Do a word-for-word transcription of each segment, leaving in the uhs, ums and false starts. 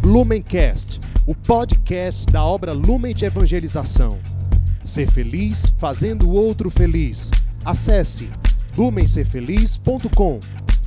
Lumencast, o podcast da obra Lumen de Evangelização. Ser feliz fazendo o outro feliz. Acesse lumen ser feliz ponto com.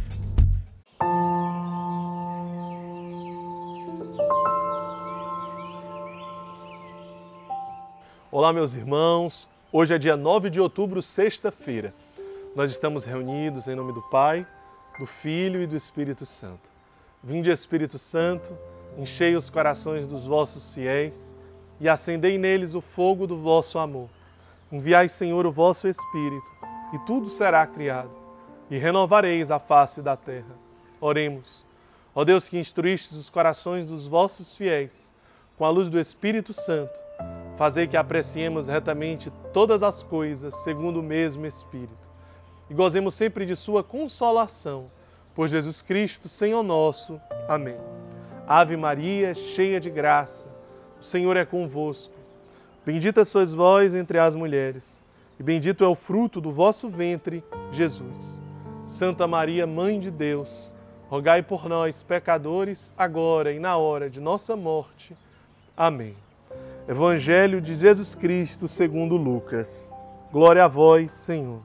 Olá, meus irmãos. Hoje é dia nove de outubro, sexta-feira. Nós estamos reunidos em nome do Pai, do Filho e do Espírito Santo. Vinde, Espírito Santo, enchei os corações dos vossos fiéis e acendei neles o fogo do vosso amor. Enviai, Senhor, o vosso Espírito, e tudo será criado, e renovareis a face da terra. Oremos. Ó Deus, que instruístes os corações dos vossos fiéis com a luz do Espírito Santo, fazei que apreciemos retamente todas as coisas segundo o mesmo Espírito e gozemos sempre de sua consolação. Por Jesus Cristo, Senhor nosso. Amém. Ave Maria, cheia de graça, o Senhor é convosco. Bendita sois vós entre as mulheres, e bendito é o fruto do vosso ventre, Jesus. Santa Maria, Mãe de Deus, rogai por nós, pecadores, agora e na hora de nossa morte. Amém. Evangelho de Jesus Cristo segundo Lucas. Glória a vós, Senhor.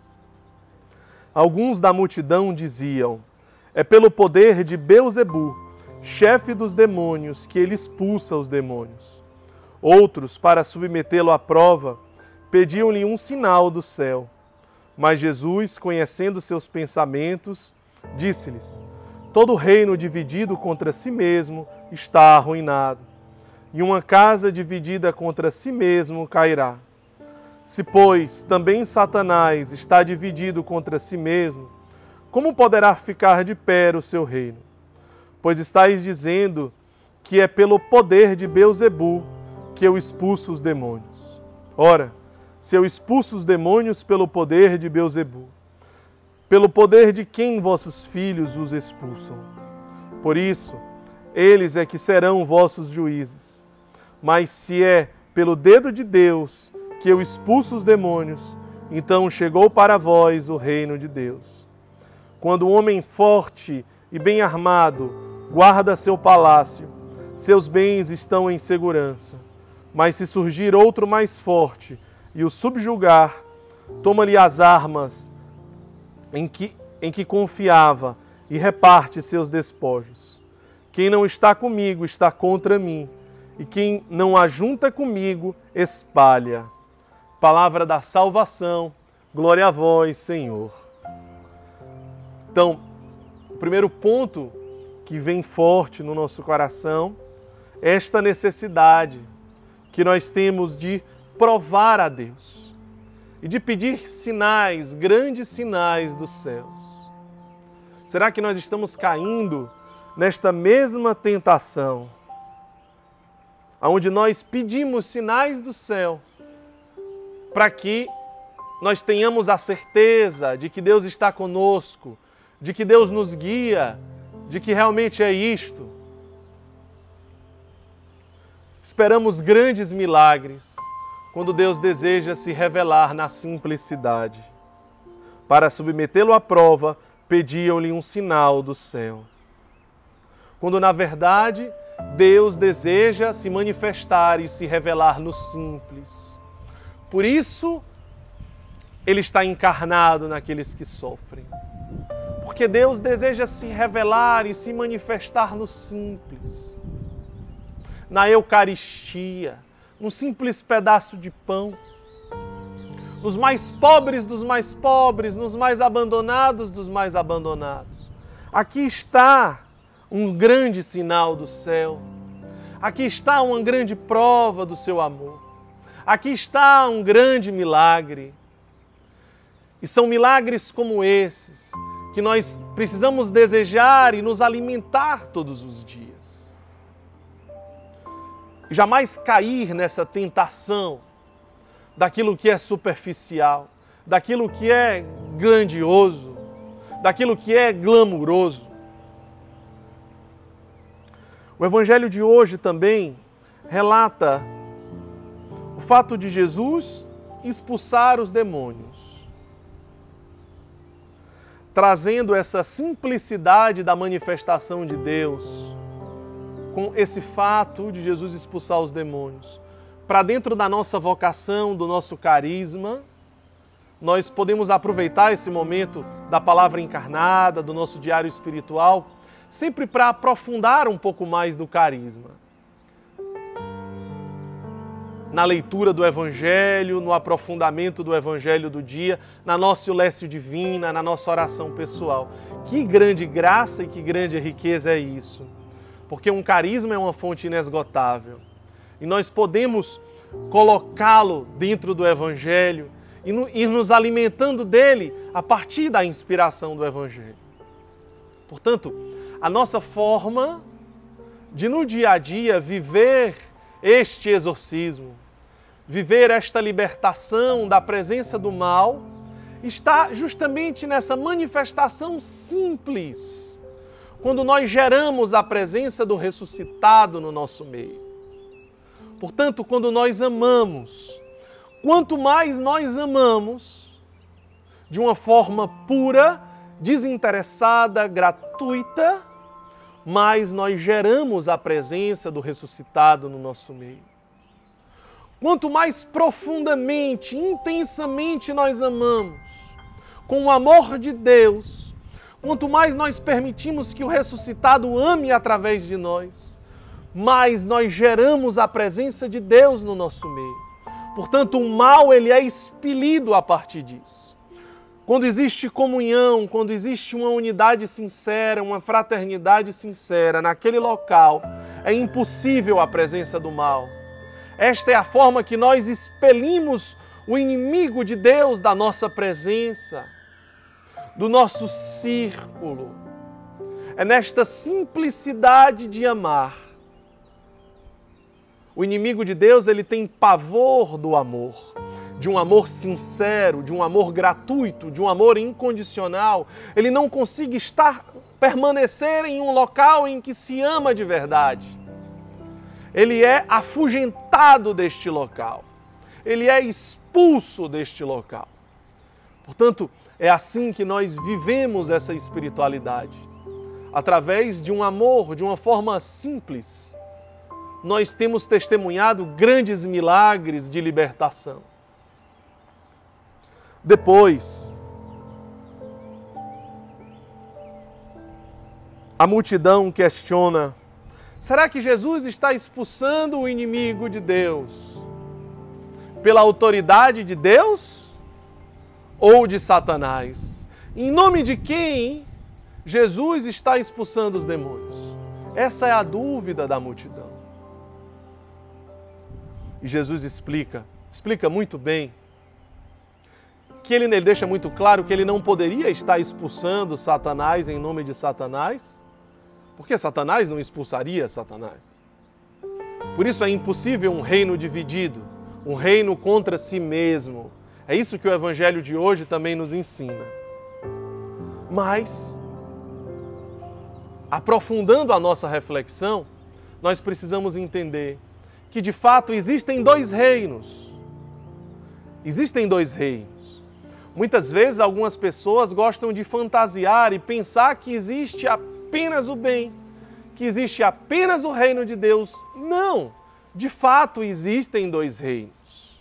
Alguns da multidão diziam: é pelo poder de Beelzebu, chefe dos demônios, que ele expulsa os demônios. Outros, para submetê-lo à prova, pediam-lhe um sinal do céu. Mas Jesus, conhecendo seus pensamentos, disse-lhes: todo reino dividido contra si mesmo está arruinado, e uma casa dividida contra si mesmo cairá. Se, pois, também Satanás está dividido contra si mesmo, como poderá ficar de pé o seu reino? Pois estáis dizendo que é pelo poder de Beelzebu que eu expulso os demônios. Ora, se eu expulso os demônios pelo poder de Beelzebu, pelo poder de quem vossos filhos os expulsam? Por isso, eles é que serão vossos juízes. Mas se é pelo dedo de Deus que eu expulso os demônios, então chegou para vós o reino de Deus. Quando um homem forte e bem armado guarda seu palácio, seus bens estão em segurança. Mas se surgir outro mais forte e o subjugar, toma-lhe as armas em que, em que confiava e reparte seus despojos. Quem não está comigo está contra mim, e quem não ajunta comigo espalha. Palavra da salvação, glória a vós, Senhor. Então, o primeiro ponto que vem forte no nosso coração é esta necessidade que nós temos de provar a Deus e de pedir sinais, grandes sinais dos céus. Será que nós estamos caindo nesta mesma tentação, onde nós pedimos sinais do céu para que nós tenhamos a certeza de que Deus está conosco, de que Deus nos guia, de que realmente é isto? Esperamos grandes milagres quando Deus deseja se revelar na simplicidade. Para submetê-lo à prova, pediam-lhe um sinal do céu. Quando, na verdade, Deus deseja se manifestar e se revelar no simples. Por isso, Ele está encarnado naqueles que sofrem. Porque Deus deseja se revelar e se manifestar no simples. Na Eucaristia, no simples pedaço de pão. Nos mais pobres dos mais pobres, nos mais abandonados dos mais abandonados. Aqui está um grande sinal do céu. Aqui está uma grande prova do seu amor. Aqui está um grande milagre. E são milagres como esses que nós precisamos desejar e nos alimentar todos os dias. Jamais cair nessa tentação daquilo que é superficial, daquilo que é grandioso, daquilo que é glamuroso. O Evangelho de hoje também relata o fato de Jesus expulsar os demônios, trazendo essa simplicidade da manifestação de Deus com esse fato de Jesus expulsar os demônios para dentro da nossa vocação, do nosso carisma, nós podemos aproveitar esse momento da palavra encarnada, do nosso diário espiritual, sempre para aprofundar um pouco mais do carisma. Na leitura do Evangelho, no aprofundamento do Evangelho do dia, na nossa Lécio Divina, na nossa oração pessoal. Que grande graça e que grande riqueza é isso! Porque um carisma é uma fonte inesgotável. E nós podemos colocá-lo dentro do Evangelho e no, ir nos alimentando dele a partir da inspiração do Evangelho. Portanto, a nossa forma de no dia a dia viver este exorcismo, viver esta libertação da presença do mal, está justamente nessa manifestação simples, quando nós geramos a presença do ressuscitado no nosso meio. Portanto, quando nós amamos, quanto mais nós amamos, de uma forma pura, desinteressada, gratuita, mais nós geramos a presença do ressuscitado no nosso meio. Quanto mais profundamente, intensamente nós amamos, com o amor de Deus, quanto mais nós permitimos que o ressuscitado ame através de nós, mais nós geramos a presença de Deus no nosso meio. Portanto, o mal ele é expelido a partir disso. Quando existe comunhão, quando existe uma unidade sincera, uma fraternidade sincera naquele local, é impossível a presença do mal. Esta é a forma que nós expelimos o inimigo de Deus da nossa presença, do nosso círculo. É nesta simplicidade de amar. O inimigo de Deus, ele tem pavor do amor, de um amor sincero, de um amor gratuito, de um amor incondicional. Ele não consegue estar, permanecer em um local em que se ama de verdade. Ele é afugentado deste local. Ele é expulso deste local. Portanto, é assim que nós vivemos essa espiritualidade. Através de um amor, de uma forma simples, nós temos testemunhado grandes milagres de libertação. Depois, a multidão questiona: será que Jesus está expulsando o inimigo de Deus pela autoridade de Deus ou de Satanás? Em nome de quem Jesus está expulsando os demônios? Essa é a dúvida da multidão. E Jesus explica, explica muito bem, que ele, ele deixa muito claro que ele não poderia estar expulsando Satanás em nome de Satanás, porque Satanás não expulsaria Satanás. Por isso é impossível um reino dividido, um reino contra si mesmo. É isso que o Evangelho de hoje também nos ensina. Mas, aprofundando a nossa reflexão, nós precisamos entender que de fato existem dois reinos. Existem dois reinos. Muitas vezes algumas pessoas gostam de fantasiar e pensar que existe apenas o bem, que existe apenas o reino de Deus. Não! De fato existem dois reinos.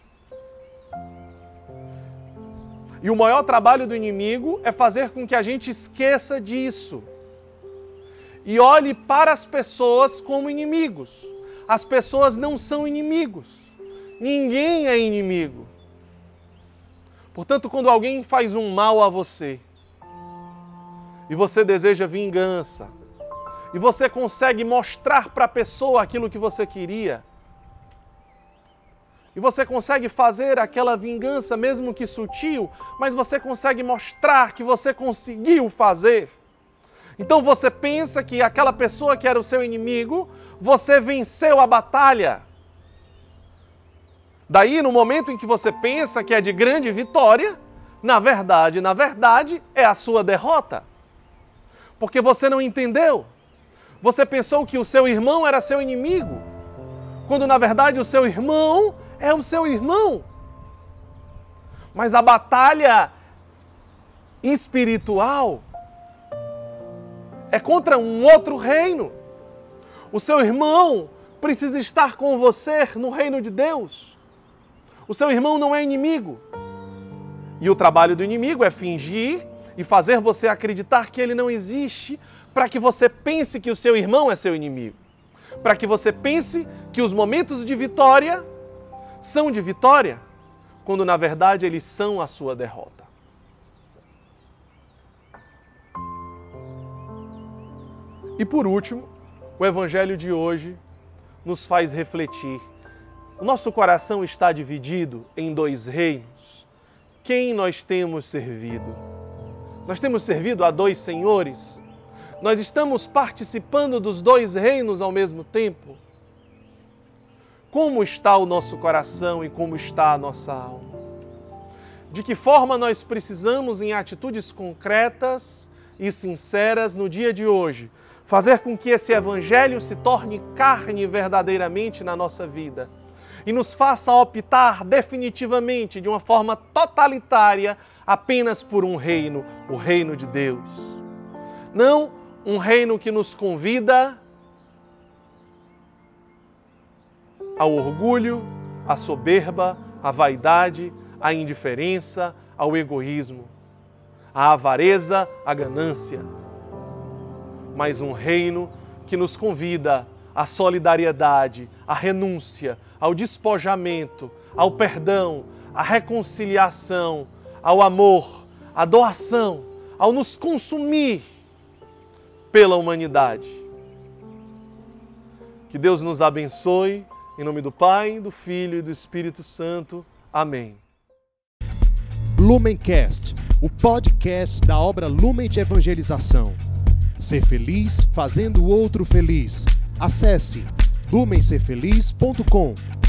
E o maior trabalho do inimigo é fazer com que a gente esqueça disso e olhe para as pessoas como inimigos. As pessoas não são inimigos. Ninguém é inimigo. Portanto, quando alguém faz um mal a você, e você deseja vingança, e você consegue mostrar para a pessoa aquilo que você queria, e você consegue fazer aquela vingança, mesmo que sutil, mas você consegue mostrar que você conseguiu fazer. Então você pensa que aquela pessoa que era o seu inimigo, você venceu a batalha. Daí, no momento em que você pensa que é de grande vitória, na verdade, na verdade, é a sua derrota. Porque você não entendeu. Você pensou que o seu irmão era seu inimigo, quando na verdade o seu irmão é o seu irmão. Mas a batalha espiritual é contra um outro reino. O seu irmão precisa estar com você no reino de Deus. O seu irmão não é inimigo. E o trabalho do inimigo é fingir e fazer você acreditar que ele não existe, para que você pense que o seu irmão é seu inimigo. Para que você pense que os momentos de vitória são de vitória, quando na verdade eles são a sua derrota. E por último, o Evangelho de hoje nos faz refletir. O nosso coração está dividido em dois reinos. Quem nós temos servido? Nós temos servido a dois senhores? Nós estamos participando dos dois reinos ao mesmo tempo? Como está o nosso coração e como está a nossa alma? De que forma nós precisamos, em atitudes concretas e sinceras no dia de hoje, fazer com que esse Evangelho se torne carne verdadeiramente na nossa vida e nos faça optar definitivamente, de uma forma totalitária, apenas por um reino, o reino de Deus. Não um reino que nos convida ao orgulho, à soberba, à vaidade, à indiferença, ao egoísmo, à avareza, à ganância. Mas um reino que nos convida à solidariedade, à renúncia, ao despojamento, ao perdão, à reconciliação, ao amor, à doação, ao nos consumir pela humanidade. Que Deus nos abençoe, em nome do Pai, do Filho e do Espírito Santo. Amém. Lumencast, o podcast da obra Lumen de Evangelização. Ser feliz fazendo o outro feliz. Acesse lumen ser feliz ponto com.